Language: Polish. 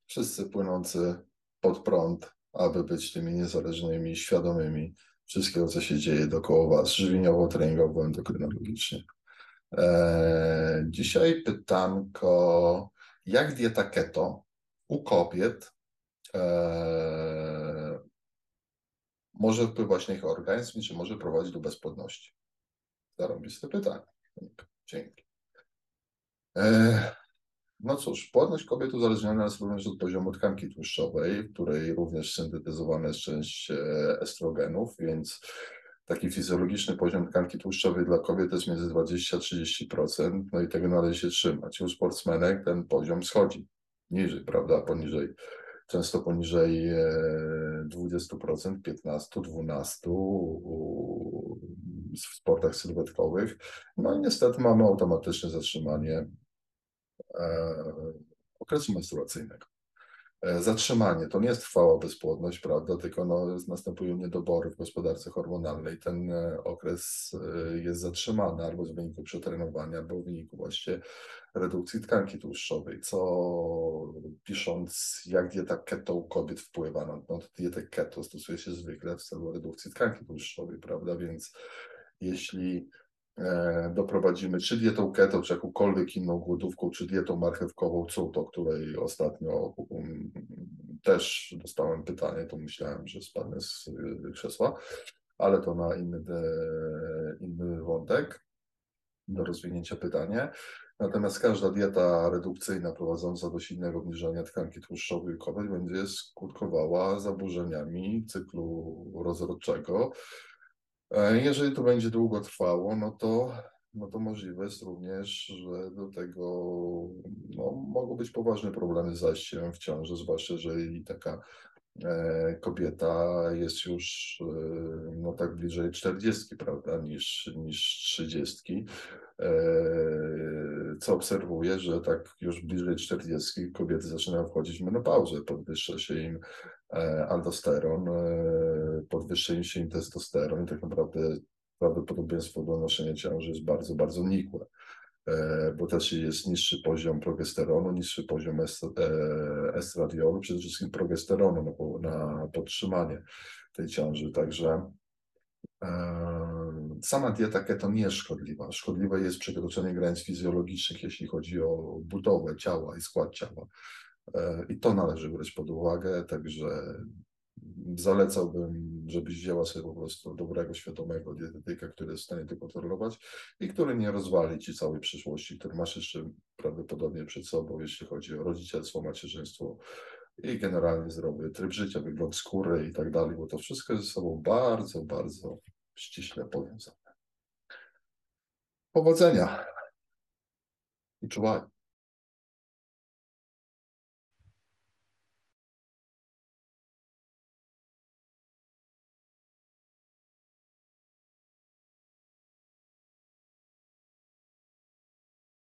wszyscy płynący pod prąd, aby być tymi niezależnymi, świadomymi wszystkiego, co się dzieje dookoła was, żywieniowo, treningowo, endokrynologicznie. Dzisiaj pytanko, jak dieta keto u kobiet może wpływać na ich organizm i czy może prowadzić do bezpłodności? Zarąbiste pytanie. Dzięki. No cóż, płodność kobiet uzależniona jest również od poziomu tkanki tłuszczowej, w której również syntetyzowana jest część estrogenów, więc taki fizjologiczny poziom tkanki tłuszczowej dla kobiet jest między 20-30%, no i tego należy się trzymać. U sportsmenek ten poziom schodzi niżej, prawda, często poniżej 20%, 15, 12 w sportach sylwetkowych. No i niestety mamy automatyczne zatrzymanie okresu menstruacyjnego. Zatrzymanie to nie jest trwała bezpłodność, prawda, tylko następują niedobory w gospodarce hormonalnej. Ten okres jest zatrzymany albo w wyniku przetrenowania, albo w wyniku właśnie redukcji tkanki tłuszczowej, co pisząc, jak dieta keto u kobiet wpływa, no to dietę keto stosuje się zwykle w celu redukcji tkanki tłuszczowej, prawda, więc jeśli doprowadzimy czy dietą keto, czy jakąkolwiek inną głodówką, czy dietą marchewkową cud, o której ostatnio też dostałem pytanie, to myślałem, że spadnę z krzesła, ale to na inny wątek do rozwinięcia pytania. Natomiast każda dieta redukcyjna prowadząca do silnego obniżenia tkanki tłuszczowej u kobiet będzie skutkowała zaburzeniami cyklu rozrodczego. Jeżeli to będzie długo trwało, no to możliwe jest również, że do tego mogą być poważne problemy z zajściem w ciąży, zwłaszcza jeżeli taka kobieta jest już tak bliżej 40, prawda, niż 30. Co obserwuję, że tak już bliżej 40 kobiety zaczynają wchodzić w menopauzę, podwyższa się im aldosteron, podwyższa się im testosteron i tak naprawdę prawdopodobieństwo donoszenia ciąży jest bardzo, bardzo nikłe, bo też jest niższy poziom progesteronu, niższy poziom estradiolu, przede wszystkim progesteronu na podtrzymanie tej ciąży. Także sama dieta keto nie jest szkodliwa. Szkodliwe jest przekroczenie granic fizjologicznych, jeśli chodzi o budowę ciała i skład ciała. I to należy brać pod uwagę, także zalecałbym, żebyś wzięła sobie po prostu dobrego, świadomego dietetyka, który jest w stanie to kontrolować i który nie rozwali ci całej przyszłości, który masz jeszcze prawdopodobnie przed sobą, jeśli chodzi o rodzicielstwo, macierzyństwo i generalnie zdrowy tryb życia, wygląd skóry i tak dalej, bo to wszystko jest ze sobą bardzo, bardzo ściśle powiązane. Powodzenia i czuwaj.